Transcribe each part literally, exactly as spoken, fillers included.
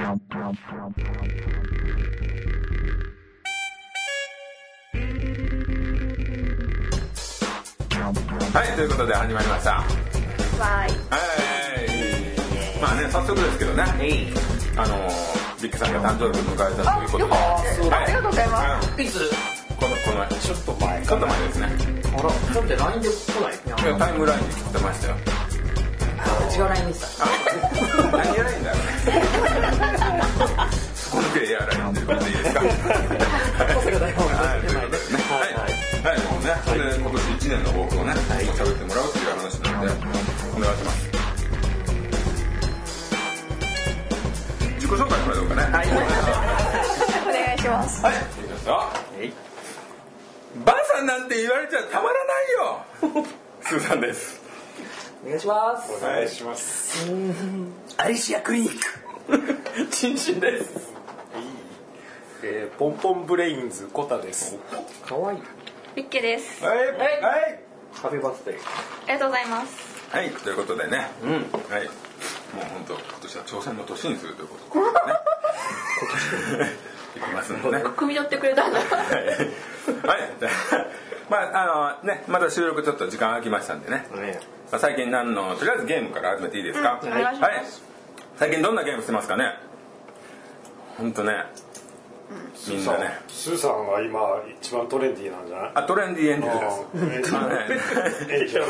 はい、ということで始まりました。 わーい。 はい。まあね、早速ですけどね、あのビッグさんが誕生日を迎えたということで、 あ、ありがとうございます。 いつ？ このこの前ちょっと前。 ちょっと前ですね。 あら、ちょっと ライン で来ない？ いやタイムラインで来てましたよ。 違う ライン でした。 何ラインだろうね。そこのけエアラインでことでいいですか。 小坂大本はい、ということでね。 ははいいはい、もうね、で今年いちねんの抱負をね、喋ってもらうっていう話なので、お願いします。自己紹介からどうかね。 はい。 お願いします。 はい、いきますよ。バーさんなんて言われちゃたまらないよ。スーさんです。 お願いします。 お願いします。 アリシアクリニック。チンチンです。 えー、ポンポンブレインズコタです。 かわいい。 ビッケです。 はい、はい、 ハッピーバースデー。 ありがとうございます。 はい、ということでね、 うん。 はい、もう本当今年は挑戦の年にするということですね。今年いきますのでね。 汲み取ってくれたんだ。 はい、はい、まああのね、また収録ちょっと時間空きましたんでね。 ね。 まあ、最近何のとりあえずゲームから始めていいですか。 うん、お願いします。 はい。最近どんなゲームしてますかね。本当ね。みんなね。 スーさんは今一番トレンディーなんじゃない？ あ、トレンディーエンジェルです。 ええじゃん。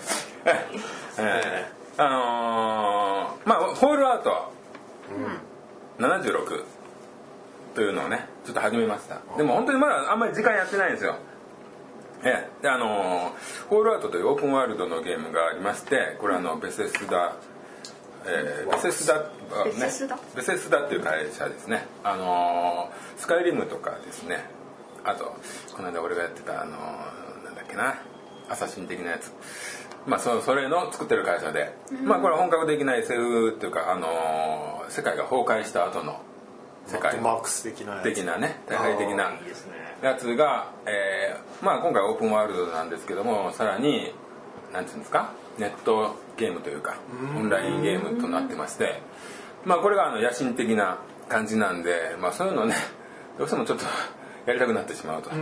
えー、あのー、まあホールアウトななじゅうろくというのをねちょっと始めました。でも本当にまだあんまり時間やってないんですよ。えー、であのー、ホールアウトというオープンワールドのゲームがありまして、これはあのベセスダえー、ベセスダ、ね、 ベセスダベセスダっていう会社ですね。あのー、スカイリムとかですね。あとこの間俺がやってたあのー、なんだっけな、アサシン的なやつ。まあ そ, それの作ってる会社で、うん、まあこれ本格的な エスエフ っていうかあのー、世界が崩壊した後の世界マックス的なやつ的なね、大敗的なやつが、えー、まあ今回オープンワールドなんですけども、さらになんていうんですか、ネットゲームというかオンラインゲームとなってまして、まあこれがあの野心的な感じなんで、まあそういうのねどうしてもちょっとやりたくなってしまうと。うん、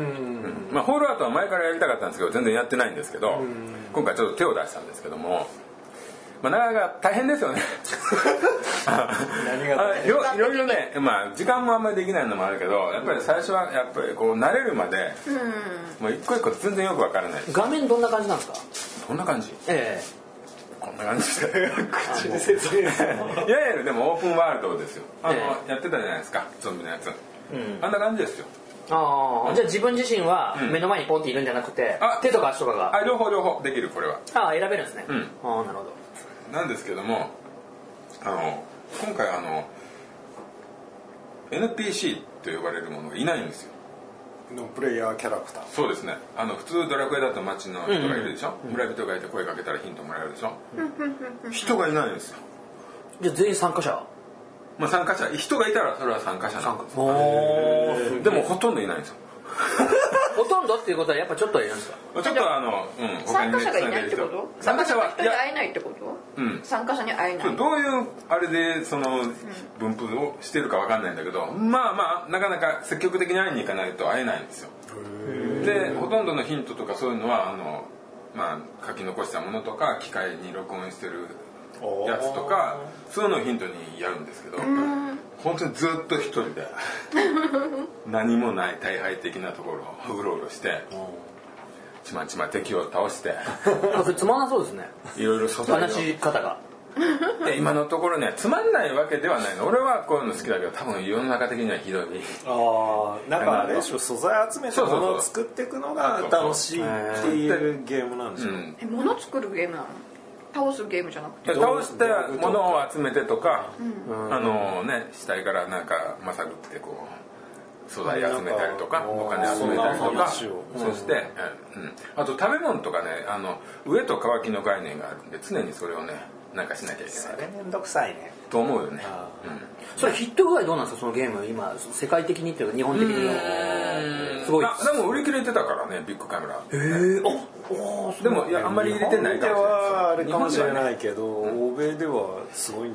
まあホールアウトは前からやりたかったんですけど全然やってないんですけど、今回ちょっと手を出したんですけども、まあなかなか大変ですよね。 何がいろいろいろね、まあ時間もあんまりできないのもあるけど、やっぱり最初はやっぱりこう慣れるまで、うん、もう一個一個全然よくわからない。 画面どんな感じなんですか？ こんな感じ。 ええ。 こんな感じで。 口で説明。 いやいやでもオープンワールドですよ。あの、 ええ、やってたじゃないですか、ゾンビのやつ。うん、あんな感じですよ。 ああ、じゃあ自分自身は目の前にポンっているんじゃなくて、うん、手とか足とかが。 あ、両方両方できるこれは。 ああ、選べるんですね。 うん。 ああ、なるほど。 なんですけども、あの今回あの エヌピーシー と呼ばれるものがいないんですよ。 のプレイヤーキャラクター。 そうですね。あの普通ドラクエだと街の人がいるでしょ、うんうん、村人がいて声かけたらヒントもらえるでしょ、うん、人がいないんですよ。 じゃあ全員参加者？ まあ参加者、人がいたらそれは参加者なんですよ。 でもほとんどいないんですよ。 ほとんどっていうことはやっぱちょっといるんですか？ ちょっとあの、うん、 参加者がいないってこと？参加者は人に会えないってこと？うん、参加者に会えない。 どういうあれでその分布をしてるかわかんないんだけど、まあまあなかなか積極的に会いに行かないと会えないんですよ。でほとんどのヒントとかそういうのはあの、まあ、書き残したものとか機械に録音してるやつとかそういうのをヒントにやるんですけど、本当にずっと一人で何もない大敗的なところをうろうろしてちまちま敵を倒してそれつまんなそうですね。 いろいろ素材を話し方がで今のところねつまんないわけではないの。俺はこういうの好きだけど多分世の中的にはひどい。 ああ、なんかあれでしょ、素材集めて物を作っていくのが楽しいっていうゲームなんでしょ。 え、物作るゲームなの？倒すゲームじゃなくて倒したものを集めてとか、うん、あのね死体からなんかまさぐってこう素材集めたりとかお金集めたりとか、そして、うん、あと食べ物とかね、あの飢えと渇きの概念があるんで常にそれをねなんかしなきゃいけない。 それめんどくさいねと思うよね。 うん、それヒット具合どうなんですか、そのゲーム今世界的にっていうか日本的にすごい。 あ、でも売り切れてたからねビッグカメラ。 へえ。 でもいやあんまり入れてないかもしれない。 日本ではあれかもしれないけど、欧米ではすごいんじゃないの？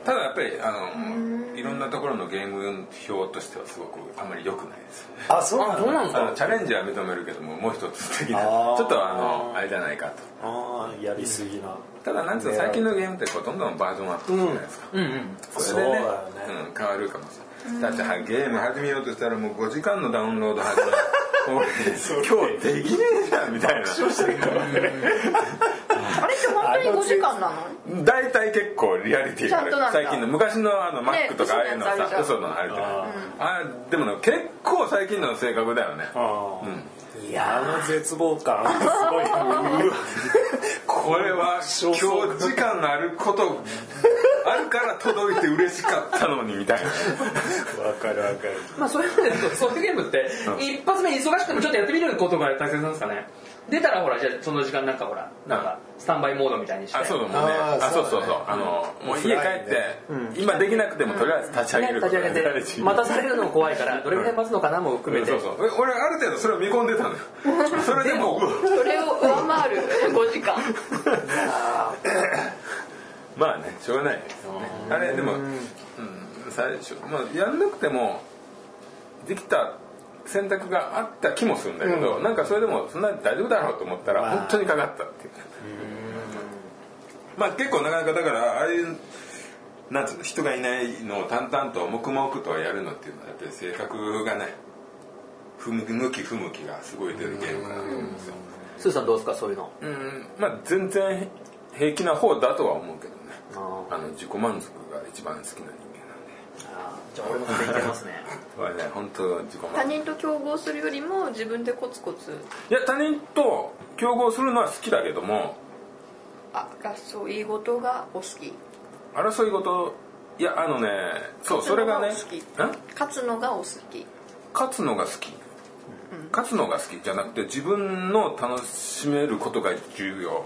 ただやっぱりあのいろんなところのゲーム表としてはすごくあんまり良くないです。 あ、そうなんですか。 チャレンジは認めるけども、もう一つ的なちょっとあのあれじゃないかと。 ああ、やりすぎな。 ただなんつうの最近のゲームってこうどんどんバージョンアップするじゃないですか。うんうん。それでね、うん、変わるかもしれない。だってゲーム始めようとしたらもうごじかんのダウンロード始める。今日できねえじゃんみたいな。 あれって本当にごじかんなの？ 大体結構リアリティがある。最近の昔のあの Mac とかああいうのはさ、嘘のあれとか。あでもね結構最近の性格だよね。 いやあの絶望感すごい。 これは今日時間あることあるから届いて嬉しかったのにみたいな。 わかるわかる。 まあそういうそういうゲームって一発目忙しくてもちょっとやってみることが大切なんですかね。出たらほらじゃあその時間なんかほらなんかスタンバイモードみたいにして。 あそうだもんね。あそうそうそうあのもう家帰って今できなくてもとりあえず立ち上げる。 立ち上げて待たされるのも怖いからどれぐらい待つのかなも含めて。 そうそう俺ある程度それを見込んでたのよ。それでもそれを上回るごじかん。 まあねしょうがないですよね。あれでも最初まあやんなくてもできた選択があった気もするんだけど、うん、なんかそれでもそんなに大丈夫だろうと思ったら本当にかかったっていう。まあ結構なかなかだからああいうなんつうの人がいないのを淡々と黙々とやるのっていうのはやっぱり性格がね向き不向きがすごい出るゲームかなと思うんですよ。 スーさんどうですかそういうの？ うんまあ全然平気な方だとは思うけどね。あの自己満足が一番好きな人間なんで。 あじゃあ俺もそれいけますね。 これね本当自己満足。 他人と競合するよりも自分でコツコツ。 いや他人と競合するのは好きだけども。 あ争い事がお好き。 争い事いやあのねそうそれがね勝つのがお好き。 勝つのが好き。勝つのが好きじゃなくて自分の楽しめることが重要。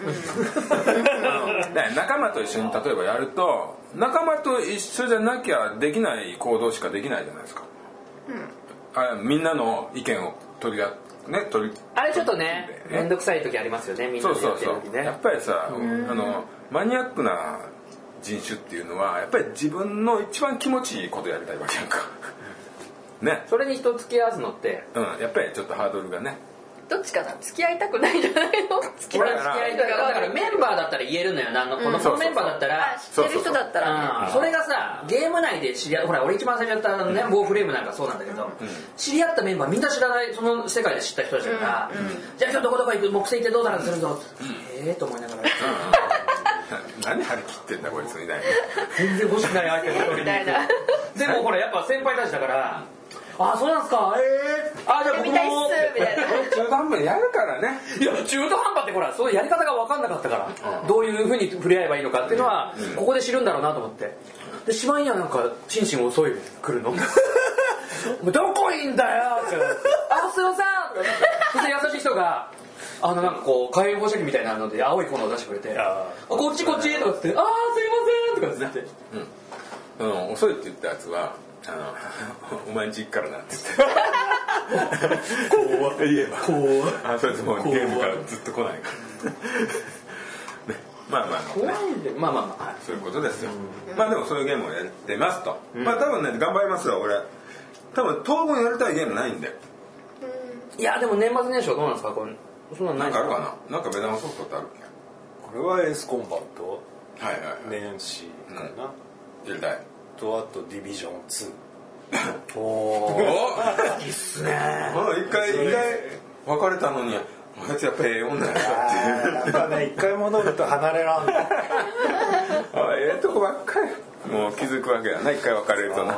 仲間と一緒に例えばやると仲間と一緒じゃなきゃできない行動しかできないじゃないですか。うん、あみんなの意見を取り合ね取りあれちょっとね面倒くさい時ありますよねみんなでやってる時ね。そうそうそうやっぱりさあのマニアックな人種っていうのはやっぱり自分の一番気持ちいいことやりたいわけやんか。ね、 それに人付き合わすのって、 うん、やっぱりちょっとハードルがねどっちかな付き合いたくないんじゃないの付き合い付き合いだからだからメンバーだったら言えるのよなの、うん、このそのメンバーだったら知ってる人だったら、 ね、それがさゲーム内で知り合うほら俺一番最初やったね、うん、ボーフレームなんかそうなんだけど、うん、知り合ったメンバーみんな知らないその世界で知った人たちだから、うんうん、じゃあ今日どこどこ行く木星行ってどうだらするぞ、うん、ええー、と思いながら何張り切ってんだこいつみたいな全然欲しくない相手のみたいなでもほらやっぱ先輩たちだからあ、そうなんすか。ええー。あ、じゃあ僕も。 中途半端やるからね。 いや、中途半端ってほら、そういうやり方が分かんなかったから、うん、どういうふうに触れ合えばいいのかっていうのは、うん、ここで知るんだろうなと思って。で、しまいにはなんか、心身遅い来るの。どこいんだよって。あ、すいませんそして優しい人が、あのなんかこう、火炎放射器みたいなので青い粉を出してくれて、あこっちこっちとかって、あーすいませんとかって言って。 うん。うん、遅いって言ったやつは、あのお前んち行くからなって言ってこう言えばこうあそいつもうゲームからずっと来ないから、ね、まあまあ、ね、 怖いんでまあまあまあそういうことですよ、うん、まあでもそういうゲームをやってますと、うん、まあ多分ね頑張りますよ俺多分当分やりたいゲームないんで、 うん、いやでも年末年始はどうなんですかこれそんなんないんですか。 なんかあるかななんか目玉ソフトってあるっけ。 これはエースコンバットはいはい、はい、 年始かな、うん、 やりたいとあとディビジョンツーおおいいっすね一回一回別れたのにあいつやっぱりええ女やなっていうやっぱね一回戻ると離れらんないあええとこばっかりもう気づくわけやな一回別れるとな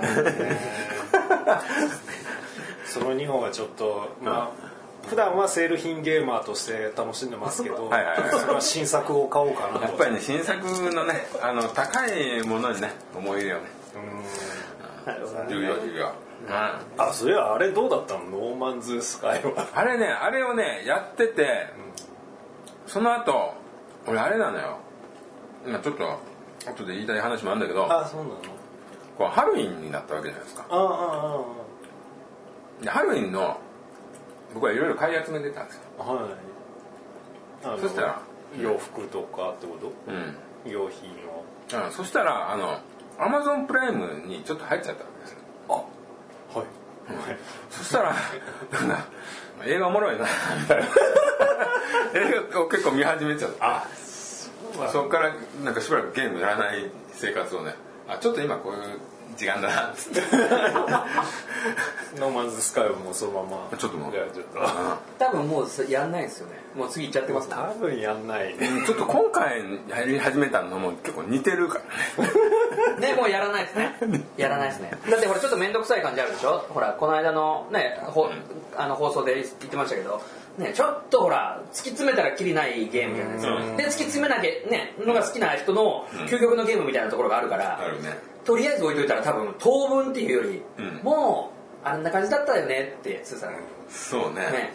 そのにほんはちょっとまあ普段はセール品ゲーマーとして楽しんでますけど、はいはいはい、それは新作を買おうかなと。 やっぱりね新作のねあの高いものにね思い入れをね。うん。重要重要。 あそれはあれどうだったのノーマンズスカイは。 あれねあれをねやってて、うん、その後俺あれなのよ。今ちょっと後で言いたい話もあるんだけど。 あそうなの。 こうハロウィンになったわけじゃないですか。 ああああ。 ハロウィンの僕はいろいろ買い集めてたんですよ。 はい。 そしたら洋服とかってこと？ うん。 用品の。 うん、そしたらあのアマゾンプライムにちょっと入っちゃったわけです。 あ、はい、うん、 そしたらなんか映画おもろいなみたいな映画を結構見始めちゃって、あ、そこからなんかしばらくゲームやらない生活をね、あ、ちょっと今こういう時間だなっつってノーマンズスカイもそのままちょっともうちょっと多分もうやんないですよね。もう次行っちゃってますね。 多分やんない、ね、 ちょっと今回やり始めたのも結構似てるからねでもうやらないですね。やらないですね。だってこれちょっと面倒くさい感じあるでしょ。ほらこの間のねほあの放送で言ってましたけどね、ちょっとほら突き詰めたらきりないゲームじゃないですか。で突き詰めなきゃねのが好きな人の究極のゲームみたいなところがあるから、 あるね、 とりあえず置いといたら多分当分っていうより、うん、もうあんな感じだったよねってつーさん、 そうね、 ね、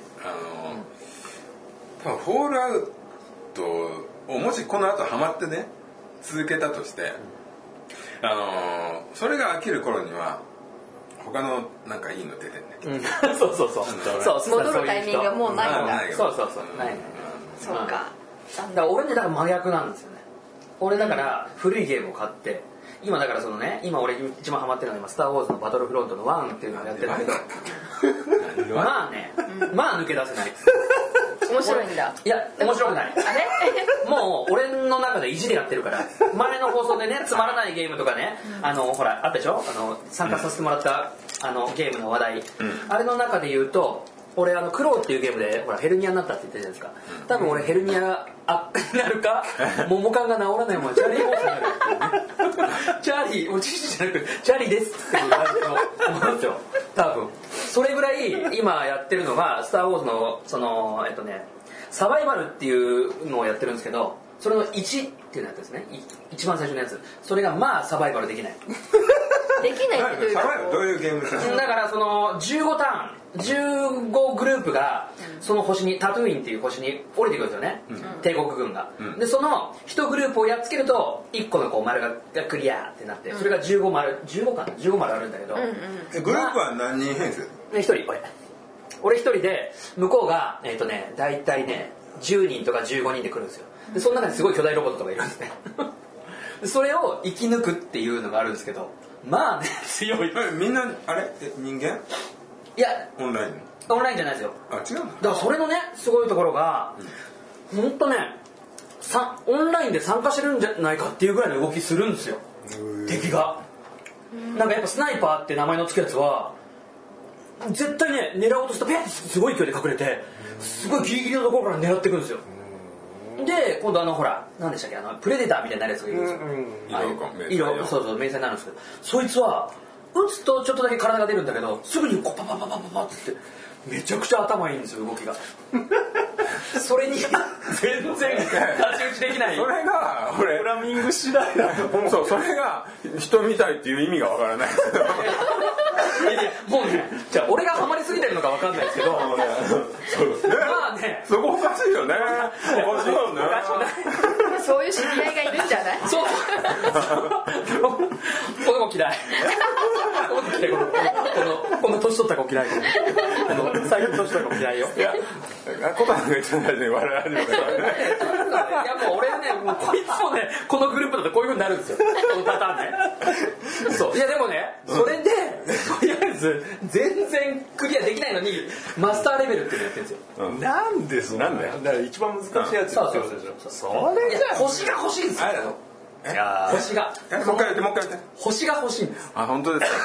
あの、うん、多分フォールアウトをもしこの後ハマってね続けたとして、うん、あのそれが飽きる頃には他のなんかいいの出てんね、 うん、そうそうそうそう戻るタイミングがもうないんだ。 そうそうそう、ないね、 うん、そうか、だから俺ねだから真逆なんですよね。俺だから古いゲームを買って今だからそのね今俺一番ハマってるのは今スター・ウォーズのバトルフロントのワンっていうのをやってるんだけどまあね、うん、まあ抜け出せない。 面白いんだ。 いや面白くない。あれもう俺の中で意地でやってるから。前の放送でねつまらないゲームとかね、うん、あのほらあったでしょ、あの参加させてもらった、うん、あのゲームの話題、うん、あれの中で言うと俺あのクローっていうゲームでほらヘルニアになったって言ってるじゃないですか。多分俺ヘルニアあなるか桃缶が治らないもんチャーリー・ボースになるっていうねチャーリーおじいじゃなくチャーリーですっていう感じの思うんですよ多分。それぐらい今やってるのがスター・ウォーズのそのえっとねサバイバルっていうのをやってるんですけど、それのいちっていうのやつですね、一番最初のやつ。それがまあサバイバルできないできないってどういうサバイバルどういうゲームですか。 だからそのじゅうごターンじゅうごグループがその星にタトゥーインっていう星に降りてくるんですよね、うん、帝国軍が、うん、でそのいちグループをやっつけるといっこのこう丸がクリアってなって、それがじゅうご丸じゅうごかなじゅうご丸あるんだけど、うんうん、グループは何人編成？ ひとり俺俺ひとりで向こうがえっ、ー、とね大体ねじゅうにんとかじゅうごにんで来るんですよ。でその中にすごい巨大ロボットとかいるんですねそれを生き抜くっていうのがあるんですけど、まあね強い。 みんなあれ人間？ いやオンラインオンラインじゃないですよ。 あ、違うんだ。 だからそれのねすごいところが、うん、ほんとねさオンラインで参加してるんじゃないかっていうぐらいの動きするんですよ敵が。なんかやっぱスナイパーって名前の付くやつは絶対ね狙おうとしたらペッてすごい勢いで隠れてすごいギリギリのところから狙ってくるんですよ。で今度あのほら何でしたっけ、あのプレデターみたいなやつがいるんですよ、うんうん、色そうそう迷彩になるんですけど、そいつは撃つとちょっとだけ体が出るんだけどすぐにこうパパパパパパってめちゃくちゃ頭いいんですよ動きがそれに全然太刀打ちできない。 それが俺プログラミング次第だと思う。 そう、それが人みたいっていう意味がわからないもうね、じゃあ俺がハマりすぎてるのかわかんないですけどまあねそこおかしいよね。おかしいよね。 そういう知り合いがいるんじゃない？ そうこの子嫌いこの子嫌い、このこの年取った子嫌い、この最近年取った子嫌いよ。 いやコタンが一番最初に笑い始めたからね。 いやもう俺ねもうこいつもねこのグループだとこういう風になるんですよ、このパターンね。そういやでもねそれでとりあえず全然クリアできないのにマスターレベルっていうのやってるんですよ、 うん、なんでそんな、なんだよ、だから一番難しいやつそうそうそうそう、それじゃ星が欲しいんですよ。 いや星がもう一回やってもう一回やって星が欲しいんです。 あ、本当ですか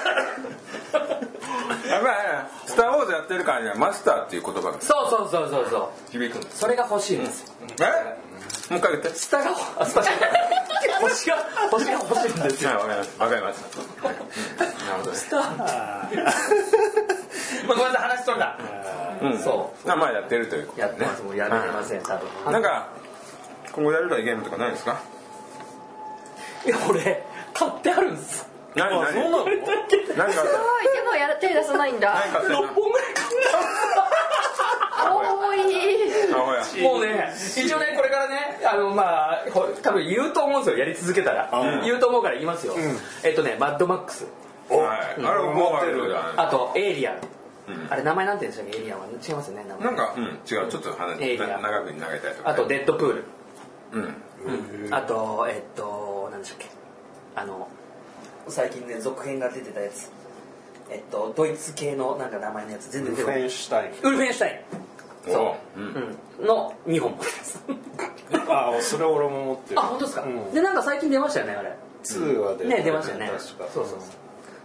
やっぱりスター・ウォーズやってるからにはマスターっていう言葉がそうそうそうそうそう響くんです。 それが欲しいんですよ、 うん、えもう一回言ってスターがあスター星が星が欲しいんですよ。 わかりましたわかりましたなるほどね。 スターまあごめんなさい話しとんだ。 うんそうまあやってるということでね。 やってますもうやめてません多分。 なんか今後やりたいゲームとかないですか？ いや俺買ってあるんです。 何何？ そうなの？ 何かすごいでもや手出さないんだ。 ろっぽんぐらい買った多い。 もうね一応ねこれからねあのまあ多分言うと思うんですよ、やり続けたら、うん、言うと思うから言いますよ、うん、えっとねマッドマックス、 はいうん、あれ持ってる。 あとエイリアン、うん、あれ名前なんて言うんでしたっけ？エイリアンは違いますよね名前。 なんか、うん、違うちょっと話長くに投げたりとか、ね、 あとデッドプール、 うんうん、あとえっとなんだなんでしたっけ、あの最近ね続編が出てたやつ、えっとドイツ系のなんか名前のやつ全然出てこない。 ウルフェンシュタイン。 ウルフェンシュタイン。そう、 うんうん、のにほん持ってます。 ああ、それ俺も持ってる。 あ、本当ですか、 うん、 でなんか最近出ましたよね、あれツーは出ね、出ましたよね。 確か。 そうそうそう、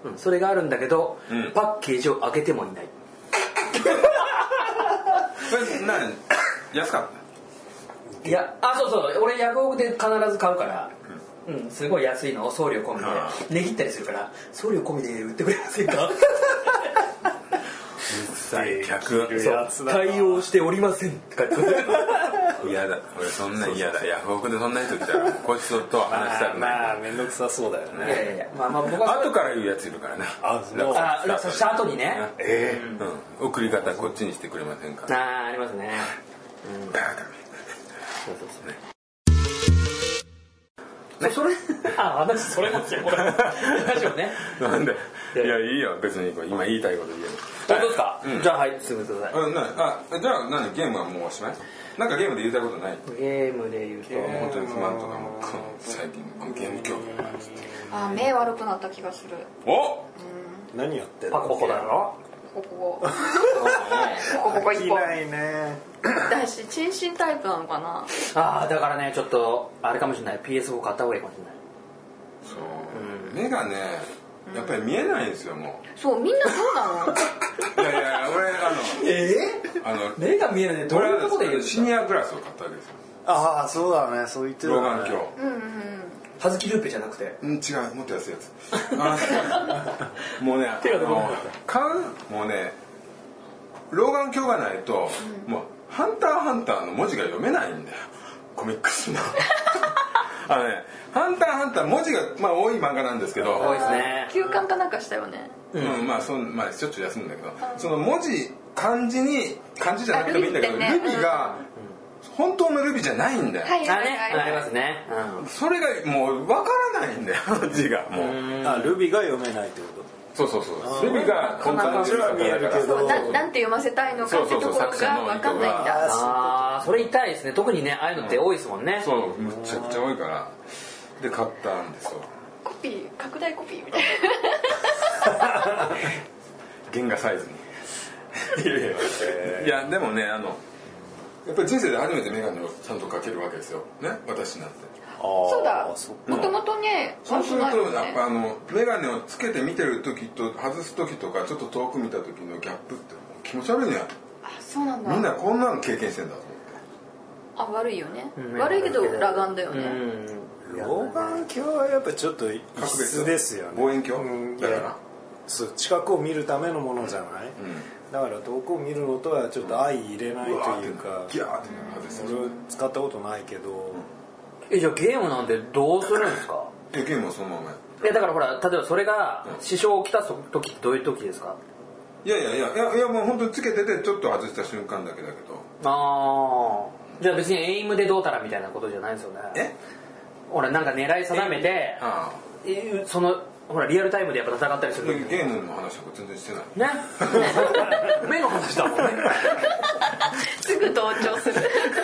うん、それがあるんだけど、うん、パッケージを開けてもいない。 それ何安かった？ いや、あ、そうそう、俺ヤフオクで必ず買うから、うん、すごい安いのを送料込みで値切ったりするから、送料込みで売ってくれませんか？ 客対応しておりませんって書いて嫌だ、俺そんな嫌だ。ヤフオクでそんな人来たらこいつと話したくない。 まあ面倒くさそうだよね。 いやいやいや、まあまあ僕は後から言うやついるからね。 あ、落札した後にね。 ええ、うん、送り方こっちにしてくれませんか。 ああ、ありますね。うん、そうそうそうね。それあ、私それもっちゃうこれ話をね。 なんで、いやいいよ別に今言いたいこと言える。 本当ですか、うん、じゃあはいすぐください。 うん、なあ、じゃあ何ゲームはもうおしまい？なんかゲームで言いたいことない？ ゲームで言うと本当に不満とかも最近ゲーム興味がないっつって。 あ、目悪くなった気がする。 お、 うん、 何やってるの？パコパコだろ。 ここここここ一本ないね。 だしチンシンタイプなのかな。 ああ、だからねちょっとあれかもしれない、 ピーエスフォー 買った方がいいかもしれない。 そう、うん、目がねやっぱり見えないんですよ、もう。そう、みんなそうなの。 いやいや、俺あのえー、あの目が見えないね。どういうことで言う？ シニアグラスを買ったわけですよ。 ああ、そうだね、そう言ってた、ね。 老眼鏡。 うんうんうん。 葉月ルーペじゃなくて。 うん、違う、もっと安いやつ。もうね、買うもうね、老眼鏡がないと、うん、もうハンターハンターの文字が読めないんだよ。コミックスの。あのね、ハンターハンター文字がまあ多い漫画なんですけど、 多いですね。 休刊かなんかしたよね。 うん、うん、まあそんまあしょっちゅう休むんだけど、その文字漢字に漢字じゃなくてもいいんだけど、ルビ、ね、ルビが、うん、本当のルビじゃないんだよ。 はいはいはい、ありますね。 うん、それがもうわからないんだよ字がもう。 あ、ルビが読めないってこと。 そうそうそう。ルビが本当の字は見えるけど、 ななんて読ませたいのかってところがわかんないんだ。 ああ、それ痛いですね。特にね、ああいうのって多いですもんね。 うん、そう、むちゃくちゃ多いから。で買ったんですよ。 コピー、拡大コピーみたいな。原画サイズに。いやいや、えー、いやでもね、あのやっぱり人生で初めて眼鏡をちゃんとかけるわけですよ。ね、私なんて。 そうだ。もともとね、 そうするとやっぱあの眼鏡をつけて見てる時と外す時とかちょっと遠く見た時のギャップって気持ち悪いね。 あ、そうなんだ。 みんなこんなの経験してんだと思って。 あ、悪いよね。悪いけど裸眼だよね。 老眼鏡はやっぱちょっと異質ですよね。 望遠鏡だから。 そう、近くを見るためのものじゃない。だから遠くを見るのとはちょっと相入れないというか。 ギャーって外す。 俺使ったことないけど。 え、じゃあゲームなんてどうするんですか？ え、ゲームはそのまま。 え、だからほら、例えばそれが支障をきたす時ってどういう時ですか？ いやいやいやいやいや、もう本当につけててちょっと外した瞬間だけだけど。 ああ、じゃあ別にエイムでどうたらみたいなことじゃないですよね。え？ほら、なんか狙い定めて、ああ、そのほらリアルタイムでやっぱ戦ったりする時ゲームの話とか全然してないね。目の話だもんね。 すぐ同調する。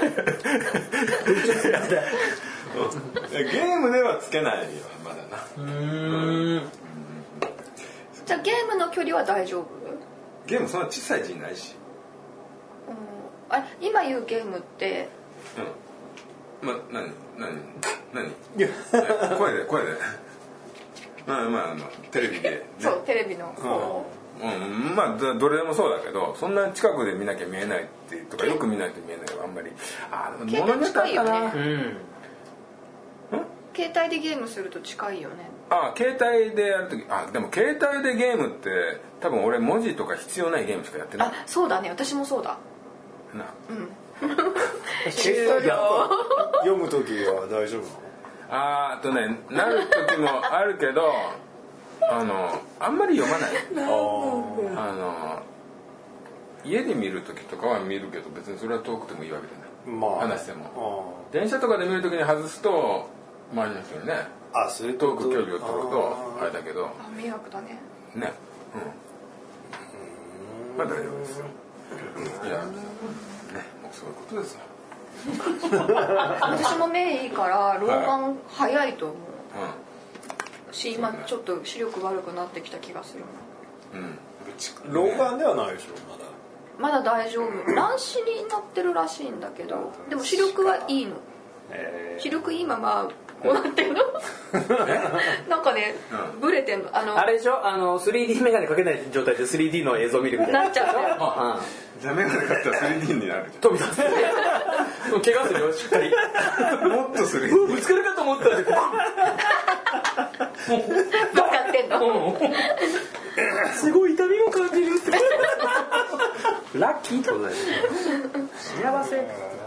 ゲームではつけないよまだな。うーん。 じゃあゲームの距離は大丈夫？ ゲームそんな小さい字ないし。 うん、あ、今言うゲームって。 うん。ま、なになになに声で声で。まあまああのテレビで、ね。 そうテレビの方。 うん、まあどれでもそうだけど、そんな近くで見なきゃ見えないってとかよく見ないと見えないからあんまり。あ、でも物によってあったな。うん。 携帯でゲームすると近いよね。 あ、携帯でやるとき、あ、でも携帯でゲームって多分俺文字とか必要ないゲームしかやってない。 あ、そうだね、私もそうだ。 な。 うん。 携帯で読むときは大丈夫なの？ あーとね、なるときもあるけど、あのあんまり読まない。あの家で見るときとかは見るけど別にそれは遠くてもいいわけじゃない。まあ、話しても。電車とかで見るときに外すと。周りの人にね、 あ、それ遠く距離を取るとあれだけど、 あ、迷惑だね。 ね、うん、まあ大丈夫ですよ。いや、ね、もうそういうことですよ。 私も目いいから老眼早いと思う。 はい、 し今ちょっと視力悪くなってきた気がするな。うん。 老眼ではないでしょまだ。まだ大丈夫。乱視になってるらしいんだけど、でも視力はいいの。視力いいままこうなってんの。なんかね、ブレてんの。あのあれでしょ、あの スリーディー メガネかけない状態で スリーディー の映像見るみたいな。 なっちゃうね。 じゃあメガネ買ったら スリーディー になる。 飛び出す。怪我するよしっかり。 もっとする。ぶつかるかと思ったら。 分かってんの。 すごい痛みを感じる。ラッキーってことだよ。幸せ。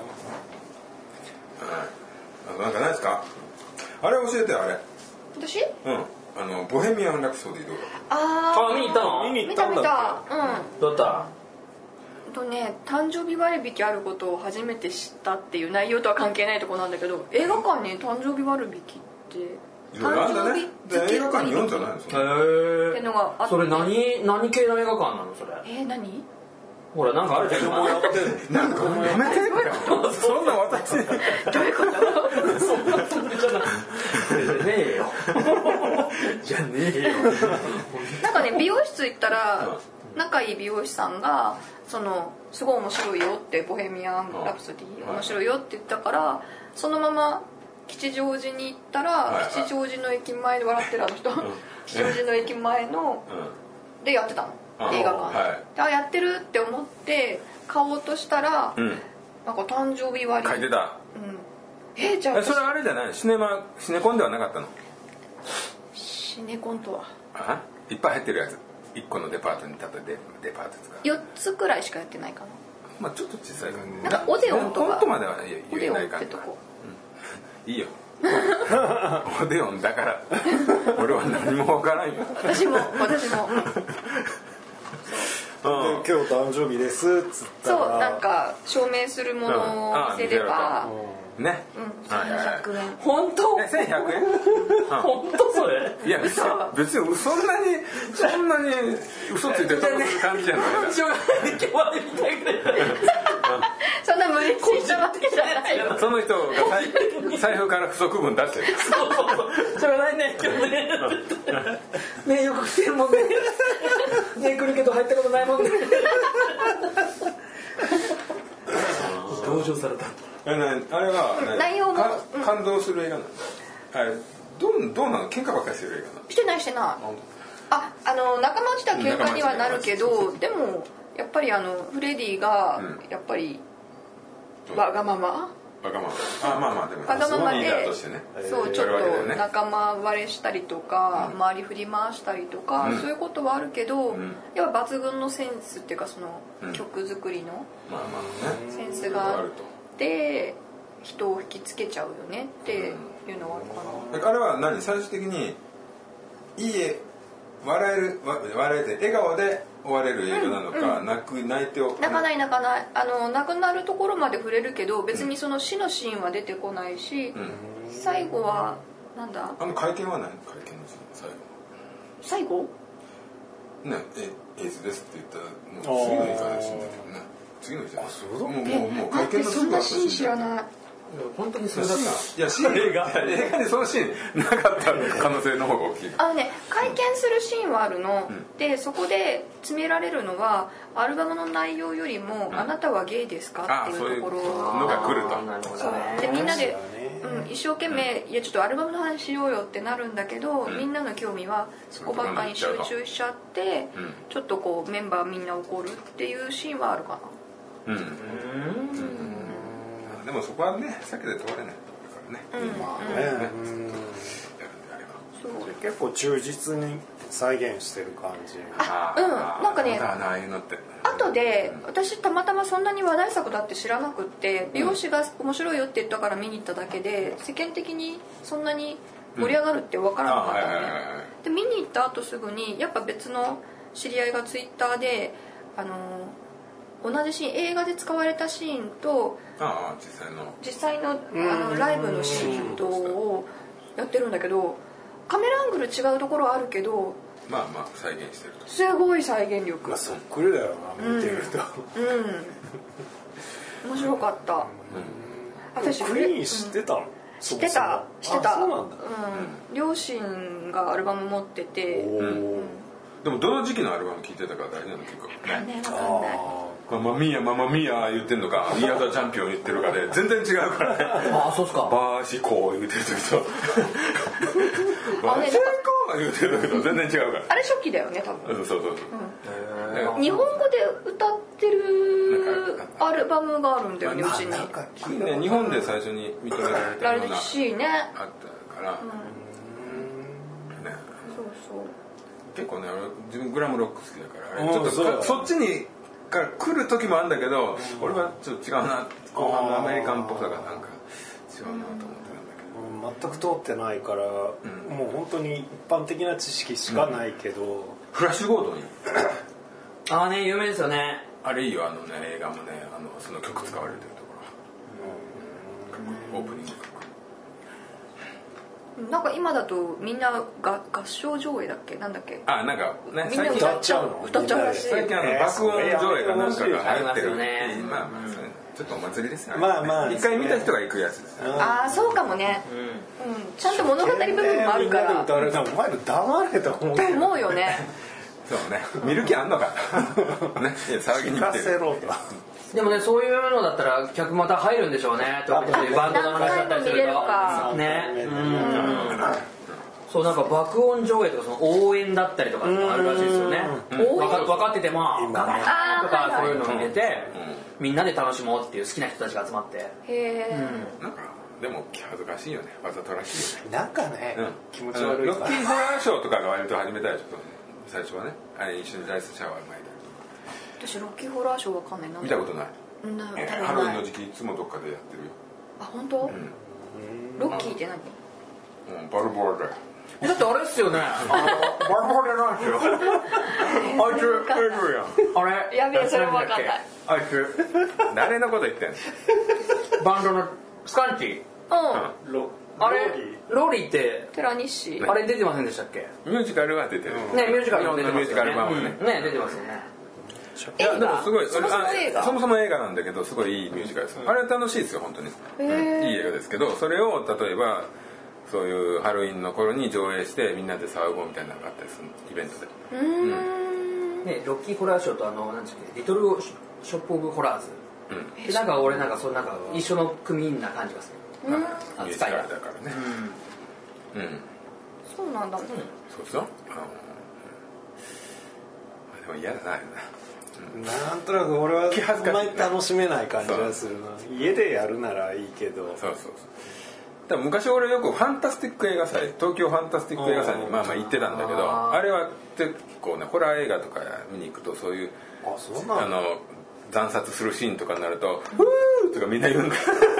なんかないですか。あれ教えてよあれ。 私？ うん。あのボヘミアン・ラプソディどうだ。 ああ見に行ったの？ 見に行ったんだっけ。 見た見た。うん。 どうだった？ とね、誕生日割引あることを初めて知ったっていう内容とは関係ないところなんだけど、映画館に誕生日割引って誕生日付け映画館に読んじゃないの？ っていうのがあって。 それ何何系の映画館なのそれ？ えー、何？ ほらなんかあるじゃん。 もうやってる。 なんかやめて。そんな私。どういうこと？ そんなつもりじゃない。ねえよ。じゃねえよ。 なんかね美容室行ったら仲いい美容師さんがそのすごい面白いよってボヘミアン・ラプソディ面白いよって言ったからそのまま吉祥寺に行ったら吉祥寺の駅前で笑ってるあの人吉祥寺の駅前のでやってたの。映画館、はい、あやってるって思って買おうとしたら、うん、なんか誕生日割書いてた、 うん、えー、じゃあそれあれじゃないシネマシネコンではなかったの？ シネコンとはあいっぱい入ってるやついっこのデパートに立ってデパートですかよっつくらいしかやってないかな。 まあちょっと小さいからね。 なんかオデオンとかコントまでは言えないかオデオンってとこ、 うん、いいよオデオンだから俺は何もわからんよ。 私も私も今日誕生日ですっつったらそうなんか証明するものを見せれば、 うん、ね、 うん、せんひゃくえん本当？ せんひゃくえん本当それ？ いや別に別にそんなにそんなに嘘ついてる感じじゃないな。 しょうがない今日は見たいくらいそんな無理強いしたわけじゃないよ。 その人が財布から不足分出してる。 そうそうそうしょうがないね今日ねねよく来てるもんねね来るけど入ったことないもんね同情された。 あれは内容も感動する映画なの？あれどうどうなの？喧嘩ばっかりしてる映画なの？ してないしてない。ああの仲間内では喧嘩にはなるけどでもやっぱりあのフレディがやっぱりわがままわがままあまあまあでもわがままでリーダーとしてねそうちょっと仲間割れしたりとか、うん、周り振り回したりとか、うん、そういうことはあるけど、うん、やっぱ抜群のセンスっていうかその曲作りのセンスがあって人を引きつけちゃうよねっていうのはあるかな。 あれは何最終的にいい絵笑える笑えて笑顔で終われる映画なのか、うん、泣く泣いて泣かない泣かないあの泣くなるところまで触れるけど別にその死のシーンは出てこないし、うん、最後はなんだあの会見はないの会見の最後最後ねえエイズですって言ったらもう次の日から死んだけどね次の日じゃない。あそうだもうもうもう会見のそんなシーン知らない。 本当にそれだった。 いやシーン映画映画でそのシーンなかった可能性の方が大きい。 あのね会見するシーンはあるの、うん、でそこで詰められるのはアルバムの内容よりも、うん、あなたはゲイですかっていうところのが来ると。 そうでみんなで、うん、一生懸命、うん、いやちょっとアルバムの話しようよってなるんだけど、うん、みんなの興味はそこばっかりに集中しちゃって、うん、ちょっとこうメンバーみんな怒るっていうシーンはあるかな。うん、うんでもそこはね避けて通れないからね。 うん、まあね。うん、そう結構忠実に再現してる感じ。 あ、うん、なんかね。後で私たまたまそんなに話題作だって知らなくって美容師が面白いよって言ったから見に行っただけで世間的にそんなに盛り上がるって分からなかったのね。で見に行った後すぐにやっぱ別の知り合いがツイッターであの。同じシーン映画で使われたシーンとああ実際の実際のあのライブのシーンとをやってるんだけどカメラアングル違うところはあるけどまあまあ再現してるとすごい再現力、 まあ、そっくりだよな見てるとうん、うん、面白かった、うん、 私クイーン知ってたの、うん、 知ってた知ってた。 そうなんだ。 うん、両親がアルバム持ってて、うん、 でもどの時期のアルバム聴いてたか大事なの結構ね。分かんない。 ママミーヤママミーヤ言ってんのか、ミーヤザチャンピオン言ってるかで全然違うからね。 あ、そうっすか。 バーシコー言ってる時とバーシコー言ってる時と全然違うから。 あれ初期だよね多分。 そうそうそう。 うん、日本語で歌ってるアルバムがあるんだよねうちに。 ね、日本で最初に認められたようならしいね。 あったから。うん、ね。 そうそう。 結構ね、自分グラムロック好きだから、あれちょっと そ, そっちにから来る時もあるんだけど、うん、俺はちょっと違うな、後半のアメリカンっぽさがなんか違うなと思ってるんだけど、うん、全く通ってないから、うん、もう本当に一般的な知識しかないけど、うん、 フラッシュゴードンにああね、有名ですよね。 あれいいよ、あのね、映画もね、あのその曲使われてるところ、うん、オープニング曲。 なんか今だとみんなが合唱上映だっけ、なんだっけ、 あ、なんかね、 みんな歌っちゃうの、歌っちゃうらしい。 最近あの爆音上映かなんかが流行ってる、 ね、 まあまあそれちょっとお祭りですよね。 まあまあ一回見た人が行くやつです。 ああ、そうかもね。うん、ちゃんと物語部分もあるから。 お前の黙れと思う。 と思うよね。 そうね、見る気あんのか。ね、騒ぎに来てる。 でもね、そういうのだったら客また入るんでしょうね。特にそういうバンドの話だったりするとね。うん。そうなんか爆音上映とかその応援だったりとかあるらしいですよね。分か、分かっててもガバーとかそういうのを入れてみんなで楽しもうっていう好きな人たちが集まって。へえ。 なんかでも恥ずかしいよね、わざとらしいよね。 なんかね、気持ち悪い。 ロッキーホラーショーとかが割と始めたでしょ。最初はね、あれ一緒にライスシャワー巻いて。 私ロッキーホラーショーわかんないな。 見たことない。 なえー、ハロウィンの時期いつもどっかでやってるよ。 あ、本当？うん、ロッキーって何？ うん、バルボーだよ。 だってあれっすよね。あのバルボーじゃないですよ。あいつあいつやん。 あれ？ やべえ、それもわかんない。 あいつ誰のこと言ってんの？ バンドのスカンチ。 うん。 ロあれローリーって寺西あれ出てませんでしたっけ？ ミュージカルは出てる。 ね、ミュージカル出てますよね。ミュージカル版はね。 ね、出てますよね。 いやでもすごい、 そもそも映画、 そもそも映画なんだけどすごいいいミュージカルです。あれは楽しいですよ本当に。いい映画ですけど、それを例えばそういうハロウィンの頃に上映してみんなで騒ごうみたいなのがあったりするイベントで。 うん。 ね、ロッキーホラーショーとあのなんですか、リトルショップオブホラーズ。うん。なんか俺なんかそのなんか一緒の組な感じがする。 うん。ミュージカルだからね。うん。うん。 そうなんだ。うん。 そうそう。あのでも嫌だな。 なんとなく俺はあんまり楽しめない感じがするな。家でやるならいいけど。 そうそうそう。だ昔俺よくファンタスティック映画祭、東京ファンタスティック映画祭にまあまあ行ってたんだけど、あれは結構ねホラー映画とか見に行くとそういうあそうなんあの惨殺するシーンとかになるとフーとかみんな言うんだよ。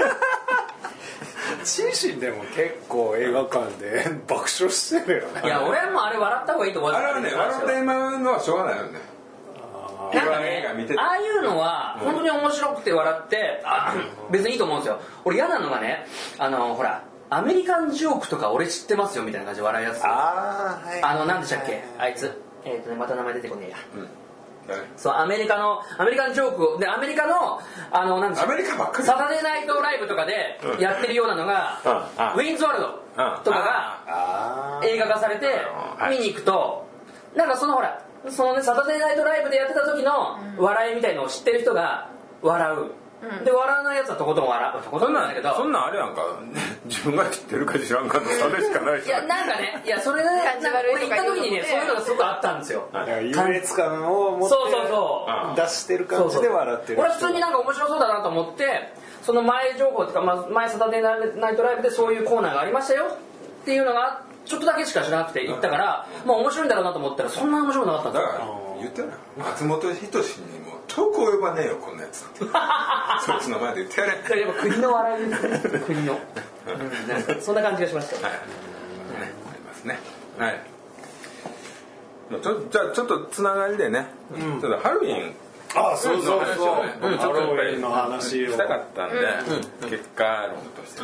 シンシンでも結構映画館で爆笑してるよね。 いや俺もあれ笑った方がいいと思う。 あれはね笑ってまうのはしょうがないよね。 なんかね、ああいうのは本当に面白くて笑ってあ別にいいと思うんですよ。俺嫌なのがね、あのほらアメリカンジョークとか俺知ってますよみたいな感じで笑いやすい。 あー、はい、 あの何でしたっけ、あいつえっ、ー、とねまた名前出てこねえや、うん誰そうアメリカのアメリカンジョークでアメリカのあのなんでしょう、 アメリカばっかりサタデーナイトライブとかでやってるようなのが、うん、ウィンズワールドとかが映画化されて見に行くとなんかそのほらそのねサタデーナイトライブでやってた時の笑いみたいのを知ってる人が笑う。うん、で笑わないやつはとことん笑う。とことんなんだけど。 そんなんあれやんか。自分が知ってるか知らんかのそれしかないし。 いやなんかね、いやそれで俺行った時にねそういうのがすごくあったんですよ。 優越感を持ってそうそうそう出してる感じで笑ってる。 俺は普通になんか面白そうだなと思ってその前情報とか、まあ、前サタデーナイトライブでそういうコーナーがありましたよっていうのがちょっとだけしか知らなくて行ったから、まあ面白いんだろうなと思ったらそんな面白くなかったんですよ。 だから言ってよな松本人志にも遠く及ばねえよこんなやつってそいつの前で言ってやれ。 やっぱ国の笑いですね国の、うん、なんかそんな感じがしました。 はい、ね、ありますね。はい。ちょじゃあちょっとつながりでね、うん、ちょっとハロウィンあそうそうそう、 うん、ちょっとやっぱりの話をしたかったんで、うん、結果論としてね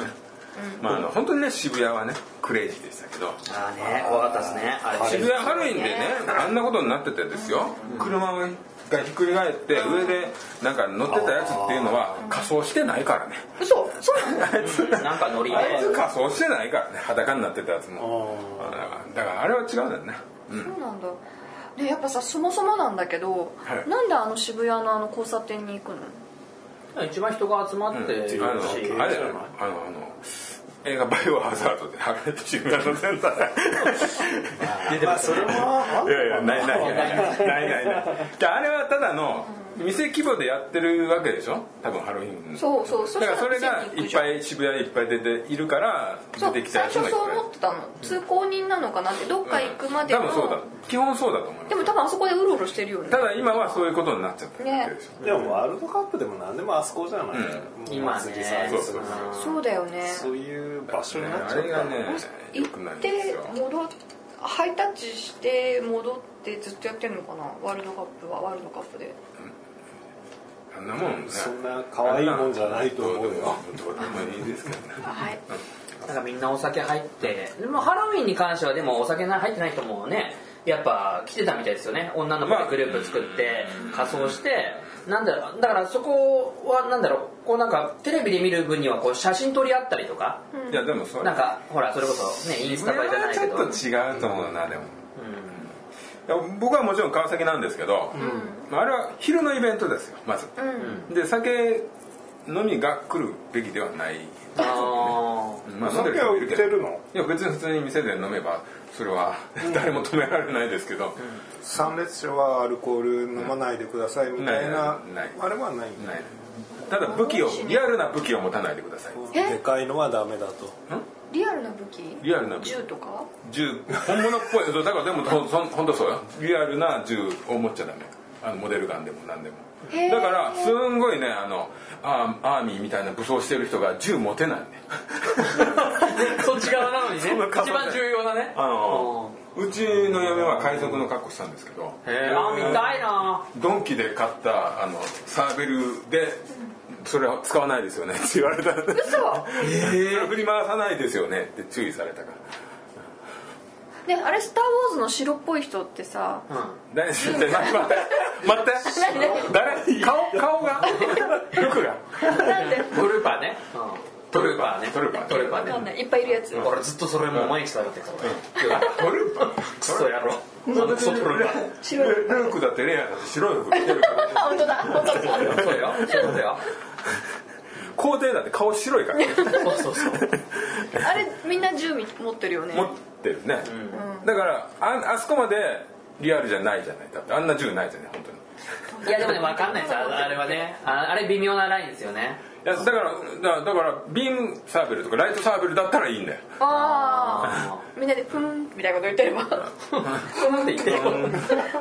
うん、まああの本当にね渋谷はねクレイジーでしたけど、 ああね怖かったですねあれ渋谷ハロウィンでねあんなことになっててですよ、うん、車がひっくり返って上でなんか乗ってたやつっていうのは仮装してないからね。 嘘そうなんだ。 あいつなんか乗りあいつ仮装してないからね裸になってたやつも。だからあれは違うんだよね。 うん、そうなんだ。でやっぱさそもそもなんだけど、はい、なんであの渋谷のあの交差点に行くの？ 一番人が集まってるし、うん、あのあれだよあのあの映画バイオハザードで渋谷のセンターでまあそれはいやいやないないないないないないあれはただの店規模でやってるわけでしょ多分ハロウィンそうそうだからそれがいっぱい渋谷にいっぱい出ているから出てきたやつもいっぱい最初そう思ってたの通行人なのかなってどっか行くまでの、 うん、多分そうだ基本そうだと思いますでも多分あそこでうろうろしてるよねただ今はそういうことになっちゃってるわけでしょ、 ね、でもワールドカップでも何でもあそこじゃない、 うん、今ねそうそうそうそうだよねそういう場所になっちゃったあれがね行って戻っハイタッチして戻ってずっとやってるのかなワールドカップはワールドカップで、 うん、あんなもんねそんな可愛いもんじゃないと思うよどうでもいいですけどねはいなんかみんなお酒入ってでもハロウィンに関してはでもお酒入ってない人もねやっぱ来てたみたいですよね女の子でグループ作って仮装してなんだろうだからそこはなんだろうこうなんかテレビで見る分にはこう写真撮り合ったりとか、 うん、いやでもそれなんかほらそれこそねインスタ映えじゃないけどちょっと違うと思うなでも、うん、僕はもちろん川崎なんですけど、うん、あれは昼のイベントですよまず、うん、で酒飲みが来るべきではないあまあ、酒は売ってるの？ いや別に普通に店で飲めばそれは誰も止められないですけど、うん、 参列者はアルコール飲まないでくださいみたいな、うん、ないあれはないないただ武器をリアルな武器を持たないでくださいでかいのはダメだとリアルな武器リアルな武器銃とか銃本物っぽいだからでも本当そうよリアルな銃を持っちゃダメあのモデルガンでも何でもだからすんごいねあのアー、アーミーみたいな武装してる人が銃持てないねそっち側なのにね一番重要なねあのうちの嫁は海賊の格好したんですけどへーあ見たいなドンキで買ったあのサーベルでそれは使わないですよねって言われたら嘘えー、振り回さないですよねって注意されたからね、あれスター・ウォーズの白っぽい人ってさ、 うん、誰待って待って待って誰顔顔が服がトルーパーね、うん、トルーパーねトルーパートルーパーねいっぱいいるやつ俺ずっとそれも毎日使ってたトルーパークソ野郎クソトルーパー白いルークだってレアだって白い服着てるから本当だ本当だそうよそういうことよ皇帝だって顔白いからそうそうそうあれみんな銃持ってるよね持ってるね、うん、だからあ、あそこまでリアルじゃないじゃないだってあんな銃ないじゃない本当にいやでもね分かんないですあれはねあれ微妙なラインですよねいやだからだだからビームサーベルとかライトサーベルだったらいいんだよああみんなでプンみたいなこと言ってればプンって言ってよプンって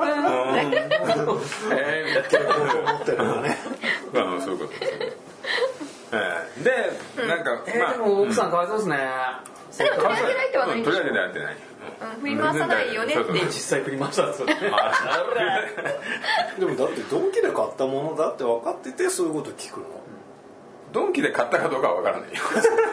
ええみたいな思ってるのねまあそういうことえー、で、なんか、 えーまあ、でも奥さんかわいそうですね、 うん、でも取り上げられてはないんでしょ、 取り上げられてない、 うん、振り回さないよねって実際振り回したんですよねでもだってドンキで買ったものだって分かっててそういうこと聞くのドンキで買ったかどうかは分からないよ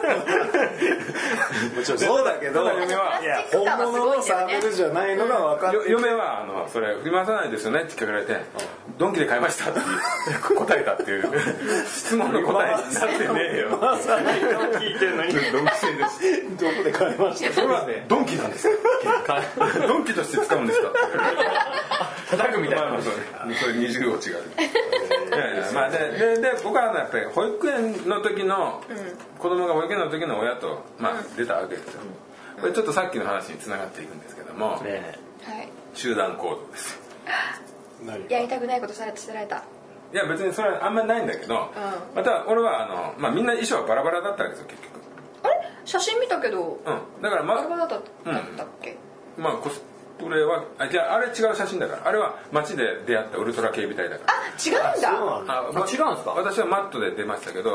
もちろんそうだけど嫁はいや本物のサーベルじゃないのが分かってて、 うん、嫁はあのそれ振り回さないですよねって聞かれて、うん、ドンキで買いましたって答えたっていう質問の答えになってねえよ回さないの聞いてんのにドンキ製ですどこで買いましたそれはドンキなんですかドンキとして使うんですか叩くみたいな、 まあ、それそれ二重落ちがあるいやいやまあででで僕はやっぱり保育園の時の、うん、子供が保育園の時の親と、まあ、出たわけですよ、うん、これちょっとさっきの話につながっていくんですけども、ね、集団行動ですやりたくないことされてられたいや別にそれはあんまりないんだけど、うん、また俺はあの、まあ、みんな衣装はバラバラだったわけですよ結局あれ写真見たけど、 うん、だから、ま、 バラバラだったっけ、 うん、まあコスプレはあじゃああれ違う写真だからあれは街で出会ったウルトラ警備隊だからあ違うんだあ、まあ、違うんですか私はマットで出ましたけど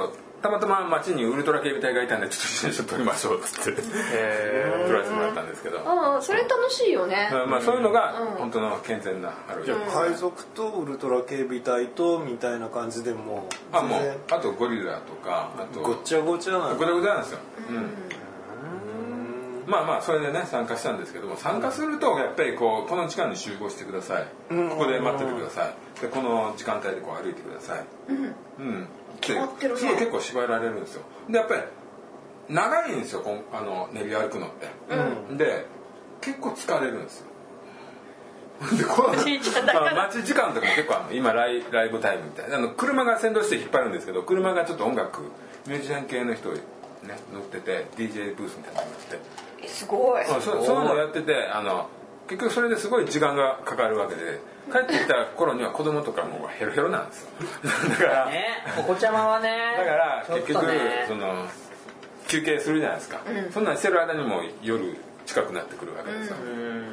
たまたま街にウルトラ警備隊がいたんでちょっと一緒に撮りましょうっつって撮らせてもらったんですけど、 ああそれ楽しいよね。 まあそういうのが本当の健全なハロウィン。 海賊とウルトラ警備隊とみたいな感じでもあもうあとゴリラとかあとごっちゃごちゃなんごちゃごちゃなんですよ。うんまあまあそれでね参加したんですけども、参加するとやっぱりこうこの時間に集合してください、ここで待っててください、でこの時間帯でこう歩いてください、うんうん決まってるね。 すごい結構縛られるんですよ。でやっぱり長いんですよ、こんあの練り歩くのって、うん、で結構疲れるんですよ。でこの待ち時間とかも結構あの今ライ、ライブタイムみたいなあの車が先導して引っ張るんですけど、車がちょっと音楽ミュージシャン系の人ね乗ってて ディージェー ブースみたいなのがあって、 すごい。 そ, そういうのをやっててあの結局それですごい時間がかかるわけで、帰ってきた頃には子供とかもヘロヘロなんですよ。だからねお子ちゃまはねだから結局、 ね、 その休憩するじゃないですか、うん、そんなんしてる間にも夜近くなってくるわけですよ、うん、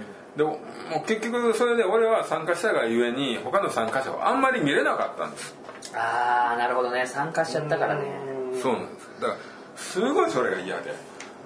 でももう結局それで俺は参加したがゆえに他の参加者はあんまり見れなかったんです。 ああなるほどね、参加しちゃったからね。 そうなんです。だからすごいそれが嫌で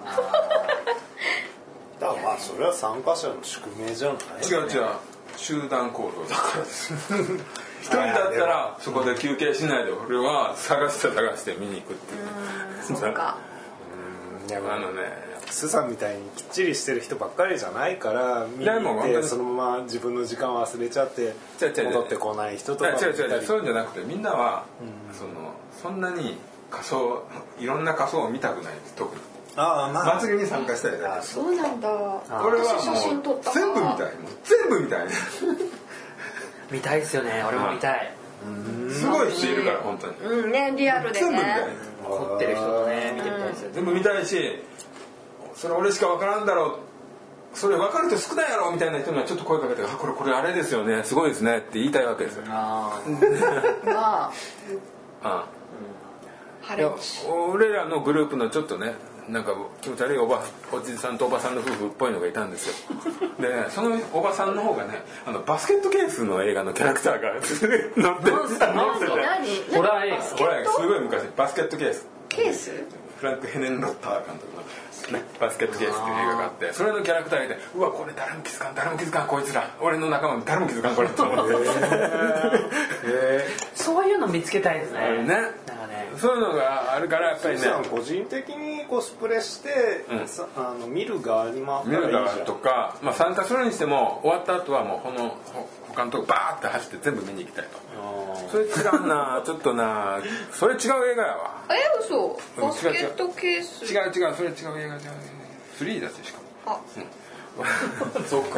だからまあそれは参加者の宿命じゃない。 違う違う集団行動だからです一人だったらそこで休憩しないで俺は探して探して見に行くっていう。 うんそうか。 うんいやあのねスーさんみたいにきっちりしてる人ばっかりじゃないから見に行ってそのまま自分の時間忘れちゃって戻ってこない人とかもいたり。 違う違う違うそういうんじゃなくてみんなは、うん、そのそんなに仮装いろんな仮装を見たくないんです。特にああ、まあ、祭りに参加したいだけ。 そうなんだ。 これはもう全部見たい。もう全部見たい。 見たいですよね。俺も見たい。 すごい人いるから本当に。 うんねリアルでね。 全部見たい。 凝ってる人とね見てみたいですよね。 全部見たいし、それ俺しか分からんだろう。それ分かる人少ないやろみたいな人にはちょっと声かけて、あこれこれあれですよね、すごいですねって言いたいわけですよ。ああ。まあ。ああ。俺らのグループのちょっとねなんか気持ち悪いおばおじさんとおばさんの夫婦っぽいのがいたんですよ。で、ね、そのおばさんの方がねあのバスケットケースの映画のキャラクターが乗って乗っててホラー映画ホラー映画すごい昔バスケットケースケースフランク・ヘネンロッター監督の、ね、バスケットケースっていう映画があってそれのキャラクターがいてうわこれ誰も気づかん誰も気づかんこいつら俺の仲間誰も気づかんこれと思ってそういうの見つけたいですね。 ねなんかねそういうのがあるからやっぱりね個人的にコスプレして、うん、あの見る側に回ったらいいじゃん。 見る側とか、まあ、参加するにしても終わった後はもうこの他のとこバーって走って全部見に行きたいと。それ違うなちょっとなそれ違う映画やわ。 え嘘バスケットケース違う違うそれ違う映画じゃないスリーだししかもあ、 うん、そうか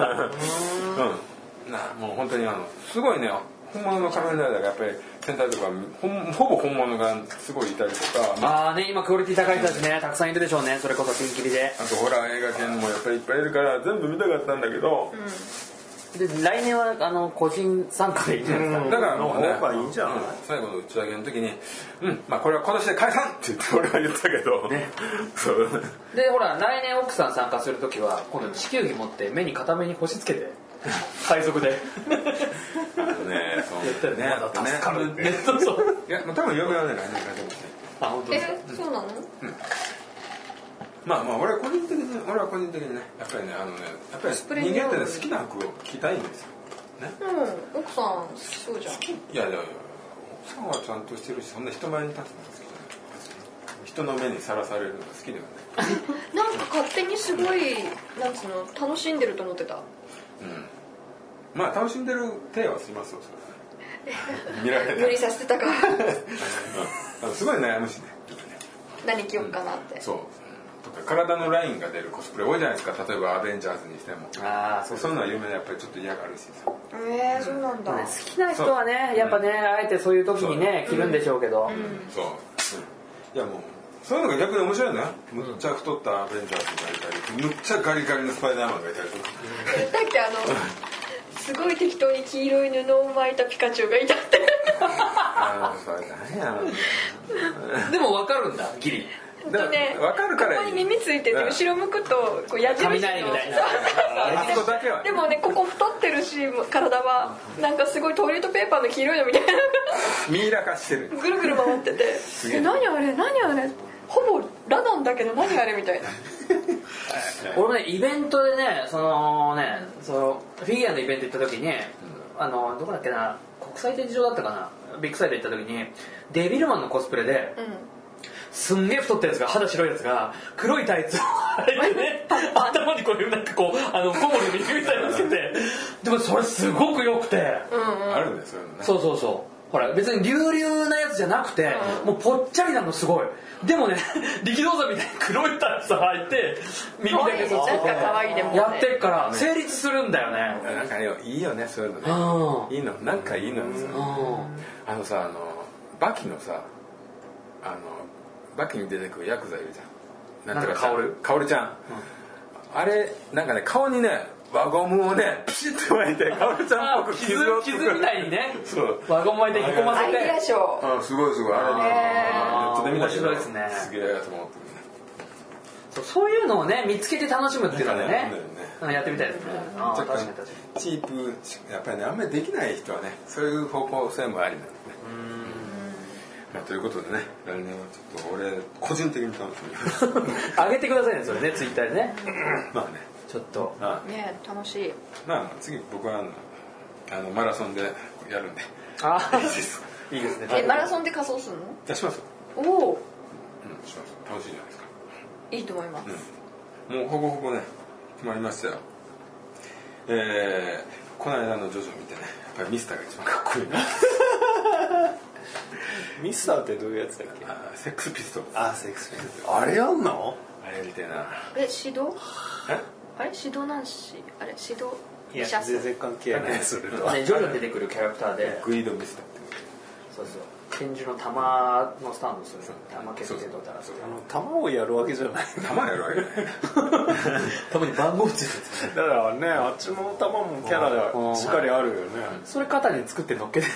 うんなもう本当にあのすごいね本物の仮面ライダーがやっぱり戦隊とかほ, ほぼ本物がすごいいたりとかああね今クオリティ高い人たちねたくさんいるでしょうね。それこそピンキリであとホラー映画系もやっぱりいっぱいいるから全部見たかったんだけど、うんで来年はあの個人参加でいいんじゃないですか。 だからもうねいいんじゃない、うん、 最後の打ち上げの時にうんまあこれは今年で解散って言って俺は言ったけどねそうでほら来年奥さん参加する時は今度地球儀持って目に片目に星つけて海賊であのねそうねまだ助かるってねそうそういや多分嫁はね来年からでもねあ本当ですか。えそうなの、うんまあまあ俺は個人的に俺は個人的にねやっぱりねあのねやっぱり人間ってね好きな服を着たいんですよね。 うん奥さんそうじゃん。 いやいやいや奥さんはちゃんとしてるしそんな人前に立つのが好きじゃない人の目にさらされるのが好きではないなんか勝手にすごいなんつうの楽しんでると思ってた。うんまあ楽しんでる体はしますよそれはね見られ無理させてたからうん、すごい悩むしね何着ようかなって、 うん、そうとか体のラインが出るコスプレ多いじゃないですか。例えばアベンジャーズにしてもあそうそういうのは有名でやっぱりちょっと嫌がるしさえー、そうなんだ、 好きな人はねやっぱねあえてそういう時にね着るんでしょうけど、うんうん、そう、うん、いやもうそういうのが逆に面白いね。むっちゃ太ったアベンジャーズがいたりむっちゃガリガリのスパイダーマンがいたりとかだっけあのすごい適当に黄色い布を巻いたピカチュウがいたってあそれ何やでも分かるんだギリ分かるからここに耳ついてて後ろ向くとこう矢印の雷みたいなあそこだけはでもねここ太ってるし体はなんかすごいトイレットペーパーの黄色いのみたいなミイラ化してるぐるぐる回っててえ何あれ何あれほぼラなんだけど何あれみたいな俺ねイベントでねそのねそのフィギュアのイベント行った時に、うん、あのどこだっけな国際展示場だったかなビッグサイト行った時にデビルマンのコスプレで、うん、すんげえ太ったやつが肌白いやつが黒いタイツを履いてね頭にこういうなんかこうあのコウモリの耳みたいなのつけてでもそれすごく良くて、 うんうん、あるんですよねそうそうそうほら別に隆々なやつじゃなくて、うん、もうぽっちゃりなのすごいでもね力道山みたいに黒いタイツ履いて耳だけそっちでやってるから成立するんだよねなんかいいよねそういうのねいいのなんかいいのですよあのさあのバキのさあのバキに出てくるヤクザいるじゃんなんとか薫薫ちゃん、うん、あれなんかね顔にね輪ゴムをねピシッと巻いて薫ちゃんっぽく傷を傷みたいにね輪ゴム巻いてへこませてアイデアショーあすごいすごいあれネットで見た面白いですねすげえと思ってそうそういうのをね見つけて楽しむっていうのでねやってみたいですねあ確かにチープやっぱりねあんまりできない人はねそういう方向性もありなんですねまあ、ということでね来年はちょっと俺個人的に楽しみ上げてくださいねそれねツイッターでねまあねちょっとね楽しいまあ次僕はあのあのマラソンでやるんでああいいですいいですねえマラソンで仮装するのじゃしますよおお、 うん、します楽しいじゃないですかいいと思います、 うん、もうほぼほぼね決まりましたよえー、この間のジョジョ見てねやっぱりミスターが一番かっこいいなミスターってどういうやつだっけあセックスピストルあセックスピストルあれやんのあれみたいなえ指導えあれ指導男子あれ指導いや全然関係ないそれとはねジョジョに出てくるキャラクターでグイードミスターってそうそう拳銃の弾のスタンドする弾決定とたら弾をやるわけじゃない弾やるわけじゃない弾に番号ついてるだからねあっちの弾もキャラしっかりあるよねそれ肩に作って乗っけて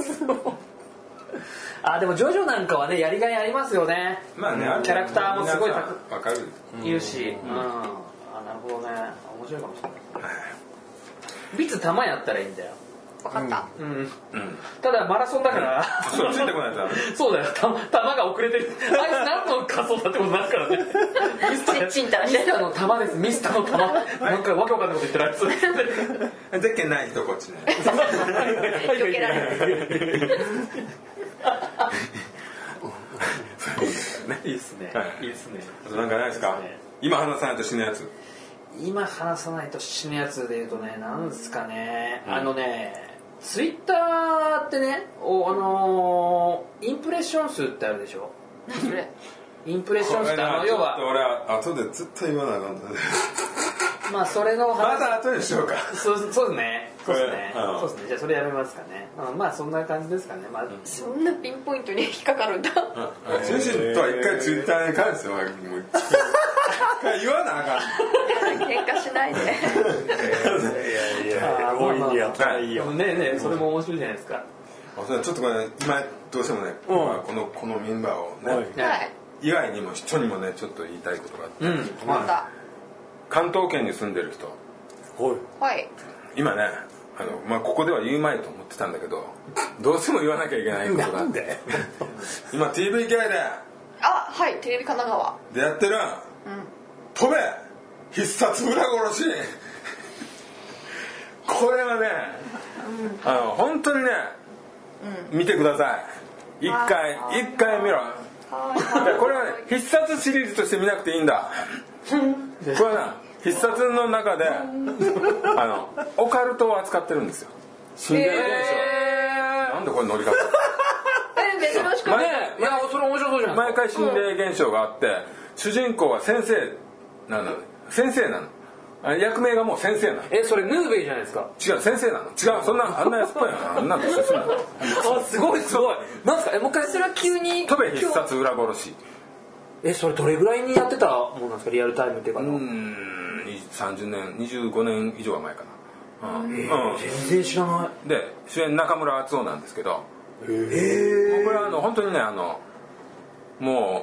あでもジョジョなんかはねやりがいありますよねまあねキャラクターもすごいわかるいるしうんあなるほどね面白いかもしれないビツ弾やったらいいんだよ分かった、 うんうん、ただマラソンだからそうついてこないとそうだよ弾が遅れてるあいつ何の仮装だってことになるからねミスターミスターの弾ですミスターの弾なんかわけわかんないこと言ってるあいつゼッケンない人こっちね避けられるいいっすねいいっすねあとなんかないですか今話さないと死ぬやつ今話さないと死ぬやつでいうとねなんですかね、うん、あのねツイッターってねおあのー、インプレッション数ってあるでしょ何それインプレッション数ってあの要は俺は後でずっと言わないのまあそれのまた後にしようかそうそうですねそうですねそうですねじゃあそれやめますかね、うん、まあそんな感じですかね、まあ、 そんなピンポイントに引っかかるんだシュシュとは一回ツイッターに返すよもう言わなあかん喧嘩しないでいやいや強引にやったらいいよねえねえそれも面白いじゃないですかちょっとこれ今どうしてもね、うん、このこのメンバーをね、はい、以外にも人にもねちょっと言いたいことがあって、 うんまあ、 関東圏に住んでる人はい今ねあの、まあ、ここでは言うまいと思ってたんだけどどうしても言わなきゃいけないことがあって今 ティーブイ 系であはいテレビ神奈川でやってる、うん、飛べ必殺裏殺しこれはね、うん、あの本当にね、うん、見てください一回一回見ろこれはね必殺シリーズとして見なくていいんだこれはな必殺の中であのオカルトを扱ってるんですよ心霊現象なんでこれ乗りかかるえ珍しくねいやそれ面白そうじゃない毎回心霊現象があって主人公は先生なの先生なの役名がもう先生なのえそれヌーベイじゃないですか違う先生なの違うそんなあんなやつっぽいなあんなの進むのあすごいすごいなんすかえもう一回それは急に飛べ必殺裏殺しえそれどれぐらいにやってたものなんですかリアルタイムっていうかうんさんじゅうねんにじゅうごねん以上は前かな、うんえーうん、全然知らないで主演中村敦夫なんですけどへえこれはあの本当にねあのもう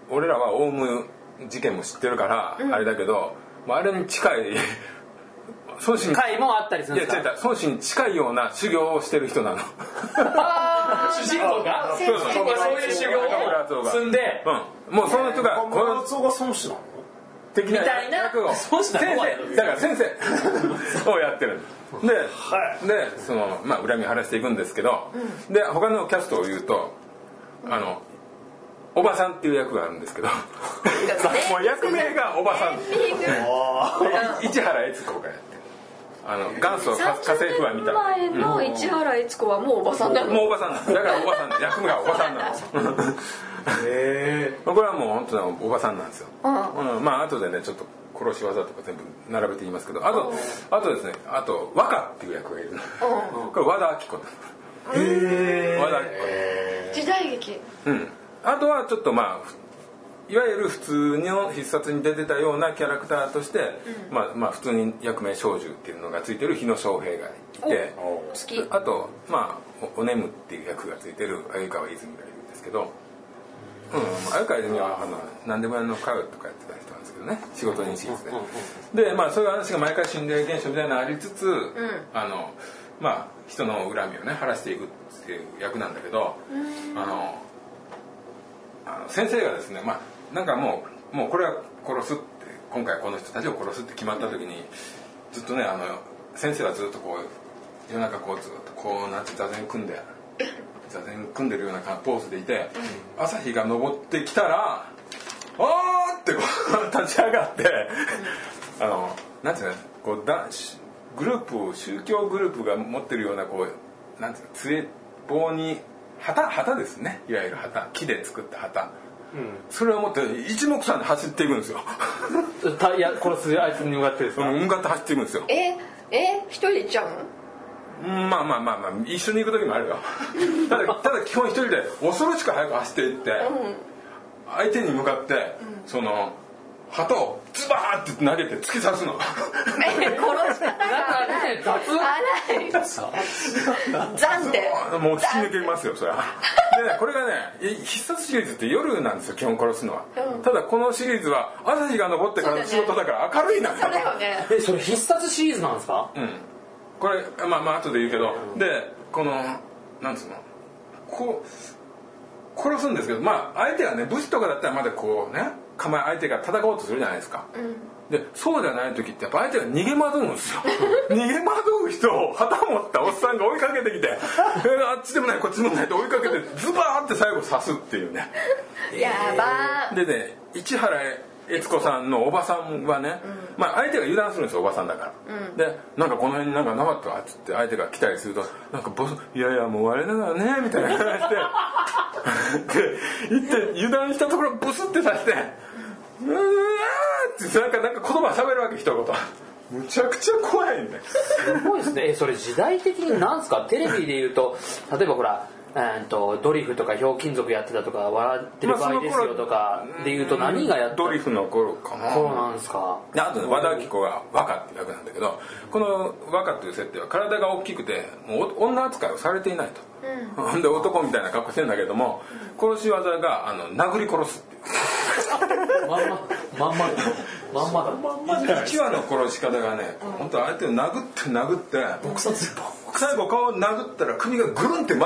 俺らはオウム事件も知ってるから、うん、あれだけど、まあ、あれに近い孫子に会もあったりするんですか？ いや違う違う、孫子に近いような修行をしてる人なの。 主人公がそういう修行を積んで、 うん、もうその人がこの松尾が孫子なの的な役を孫子だから先生をやってるで、はい、でその、まあ、恨みを晴らしていくんですけど、うん、で他のキャストを言うとあのおばさんっていう役があるんですけどもう役名がおばさん市原悦子がやってるあの元祖家政婦はみたいなさんじゅうねんまえの市原悦子はもうおばさんなの、 もうおばさんなんだからおばさん役名がおばさんなんですへこれはもう本当のおばさんなんですよ、うんうん、まあ後でねちょっと殺し技とか全部並べて言いますけどあと、うん、あとですねあと和歌っていう役がいるの、うん、これ和田アキ子へえ和田アキ子時代劇うんあとはちょっとまあいわゆる普通の必殺に出てたようなキャラクターとして、うん、まあまあ普通に役名小獣っていうのがついてる日野翔平がいて好きあとまあおねむっていう役がついてる鮎川泉がいるんですけどうん鮎川泉はあの何でもやの会とかやってた人なんですけどね仕事人シリーズででまあそういう話が毎回心霊現象みたいなのありつつ、うん、あのまあ人の恨みをね晴らしていくっていう役なんだけどあのあの先生がですねまあなんかもうもうこれは殺すって今回この人たちを殺すって決まった時にずっとねあの先生はずっとこう夜中こうずっとこうなんて座禅組んで座禅組んでるようなポーズでいて、うん、朝日が昇ってきたら「おー!」ってこう立ち上がってあのなんていうのこうだグループ宗教グループが持ってるようなこうなんていうの杖棒に旗旗ですねいわゆる旗木で作った旗、うん、それを持って一目散で走っていくんですよいや殺すあいつに向かってですか、 うん、向かって走っていくんですよええ一人で行っちゃうのまあまあまあまあ一緒に行く時もあるよただただ基本一人で恐ろしく早く走っていって、うん、相手に向かって、うん、その旗をズバーって投げて突き刺すのえ殺し方が荒い雑残でもう突き抜けますよそれはで、ね、これがね必殺シリーズって夜なんですよ基本殺すのは、うん、ただこのシリーズは朝日が昇ってからの仕事だから明るいなんだよ、 ね、 えそれ必殺シリーズなんですか？ うんこれまあまあ後で言うけど、うん、でこのなんつうのこう殺すんですけどまあ相手はね武士とかだったらまだこうね構え相手が戦おうとするじゃないですか、うん、でそうじゃない時ってやっぱ相手が逃げ惑うんですよ逃げ惑う人を旗持ったおっさんが追いかけてきてあっちでもないこっちでもないと追いかけてズバーって最後刺すっていうねやばーでね市原悦子さんのおばさんはね、うん、まあ相手が油断するんですよおばさんだから、うん、でなんかこの辺になんかなかったわっつって相手が来たりするとなんかボスいやいやもうあれだからねみたいな話してで言って油断したところブスって刺してうわーってなんかなんか言葉喋るわけ一言むちゃくちゃ怖いんだよすごいですねえそれ時代的になんですかテレビで言うと例えばほらえー、とドリフとかひょうきん族やってたとか笑ってる場合ですよとかでいうと何がやったドリフの頃かな頃なんですかであとね和田アキ子が若っていう役なんだけどこの若っていう設定は体が大きくてもう女扱いをされていないと、うん、で男みたいな格好してるんだけども殺し技があの殴り殺すっていうまんままんままんまだまんまじゃないいちわの殺し方がね、うん、本当相手を殴って殴って撲殺最後顔を殴ったら首がぐるんって回る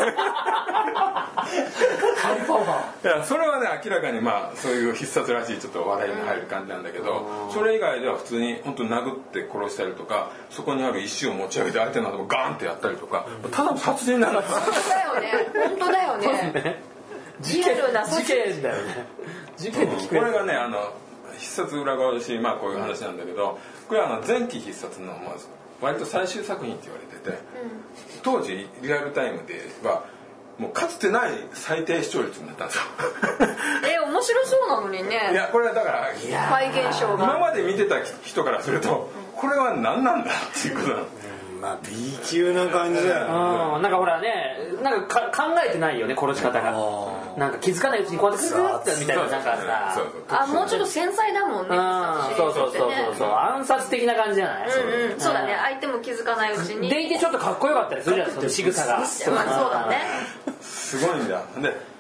いやそれはね明らかにまあそういう必殺らしいちょっと笑いに入る感じなんだけど、うん、それ以外では普通に本当に殴って殺したりとかそこにある石を持ち上げて相手の頭をガーンってやったりとか、うん、ただの殺人なんだ本当だよね本当だよね事件事件だよね事件で聞くこれがねあの必殺裏殺しまあこういう話なんだけどこれはあの前期必殺のまず割と最終作品って言われてて、うん、当時リアルタイムではもうかつてない最低視聴率になったんですよえ面白そうなのにねいやこれはだから怪現象が今まで見てた人からするとこれは何なんだっていうことなのまあ B 級な感じだよ、 うん、なんかほらねなんかか考えてないよね殺し方がなんか気づかないうちにこうやってクルッてみたいななんかさあもうちょっと繊細だもんねそうそうそうそうそう暗殺的な感じじゃない、 うんうん、そうだね相手も気づかないうちにでいてちょっとかっこよかったりするじゃんその仕草がまあそうだねすごいんだで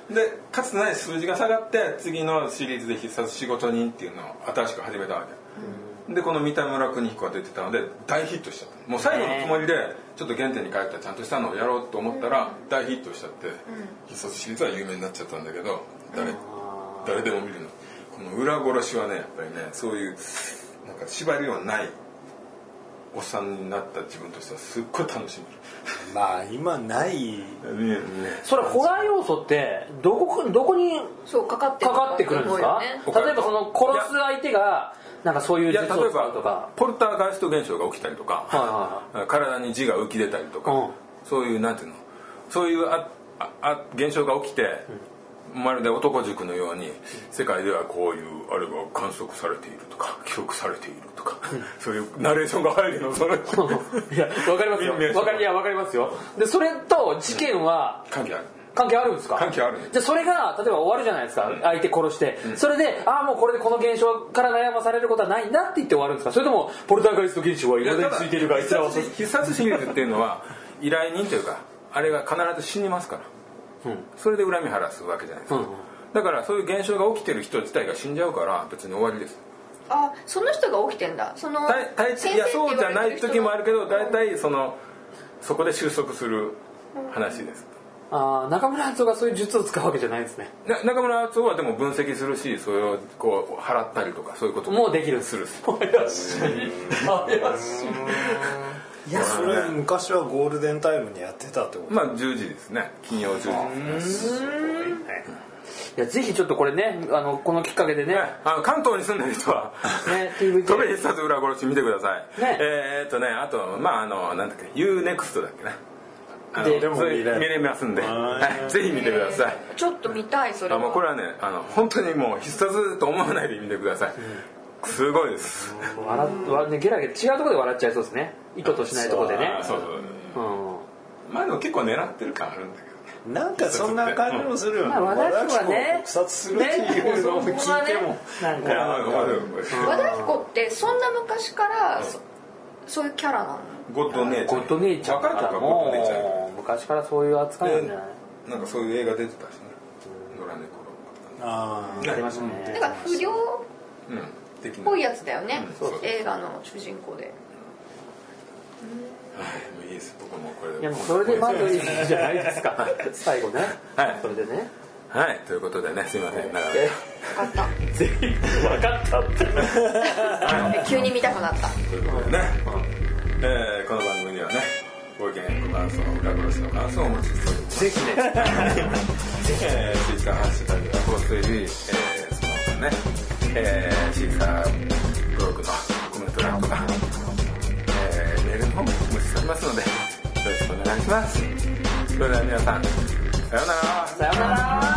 でかつてない数字が下がって次のシリーズで必殺仕事人っていうのを新しく始めたわけ、うん、でこの三田村邦彦が出てたので大ヒットしちゃった。もう最後のつもりでちょっと原点に帰ったちゃんとしたのをやろうと思ったら大ヒットしちゃって、うん、必殺シリーズは有名になっちゃったんだけど 誰, 誰でも見るの。この裏殺しはねやっぱりねそういうなんか縛りはないおっさんになった自分としてはすっごい楽しめる。 まあ今ない、ね、 それホラー要素ってどこどこにそうかかってかかってくるんですか、ね、例えばその殺す相手がなんかそういう術を使うとかポルターガイスト現象が起きたりとか、はいはいはい、体に字が浮き出たりとか、うん、そういうなんていうのそういうああ現象が起きて、うん、まるで男塾のように世界ではこういうあれが観測されているとか記録されているとか、うん、そういうナレーションが入るのそれいや分かりますよ分かりいや分かりますよ。でそれと事件は、 うん、関係ある関係あるんですか。 関係ある、ね、 じゃあそれが例えば終わるじゃないですか、うん、相手殺して、うん、それでああもうこれでこの現象から悩まされることはないんだって言って終わるんですか。それともポルターガイスト現象はいまだについているがあいつらは必殺シリーズっていうのは依頼人というかあれが必ず死にますから、うん、それで恨み晴らすわけじゃないですか、うん、だからそういう現象が起きてる人自体が死んじゃうから別に終わりです。 あその人が起きてんだ。そのいやそうじゃない時もあるけど大体そのそこで収束する話です、 うん、あ中村敦夫がそういう術を使うわけじじゃないですね。 中村敦夫はでも分析するしそれをこう払ったりとかそういうこともできるする怪しい怪しい。 いやそれ昔はゴールデンタイムにやってたってこと。 まあじゅうじですね金曜じゅうじすごいね。いやぜひちょっとこれねあのこのきっかけでね、ねあの関東に住んでる人はね飛び必殺裏殺し見てください、ね、えー、っとねあとまああのなんだっけ ユーネクスト だっけねあのででも見れますんで、はい、ぜひ見てください。 ちょっと見たいそれは。 あもうこれはねあの本当にもう必殺と思わないで見てください、うん、すごいです。 笑っ、ね、ゲラゲラ違うところで笑っちゃいそうですね意図としないところでね。 そうそう、うん、まあでも結構狙ってる感あるんだけどなんかそんな感じもするよね。 和田彦はね、 撲殺するっていうのを聞いても、 なんか和田彦ってそんな昔からそ、そういうキャラなの？ ゴッドネイチャー。 ゴッドネイチャーからもう昔からそういう扱いなんじゃない？ なんかそういう映画出てたしね。野良猫とか。 ああ、ありましたね。 なんか不良っぽいやつだよね。映画の主人公で。 はい、もういいです。僕もこれで。 いやもうそれで満足いいじゃないですか。最後ね。はい。それでね。 はい、ということでね、すいません。長分かった。 ぜひ分かったって。 急に見たくなった。 ということでね、えー、この番組ではね、ご意見、ご感想、裏殺しの感想をお待ちしております。 ぜひね。 ぜひ、えー、ツイッターハッシュタグは、フォースエビ、えー、そのね、えー、シーサーブログのコメント欄とか、えー、メールの方もお待ちしておりますので、よろしくお願いします。それでは皆さん、さようなら。 さようなら。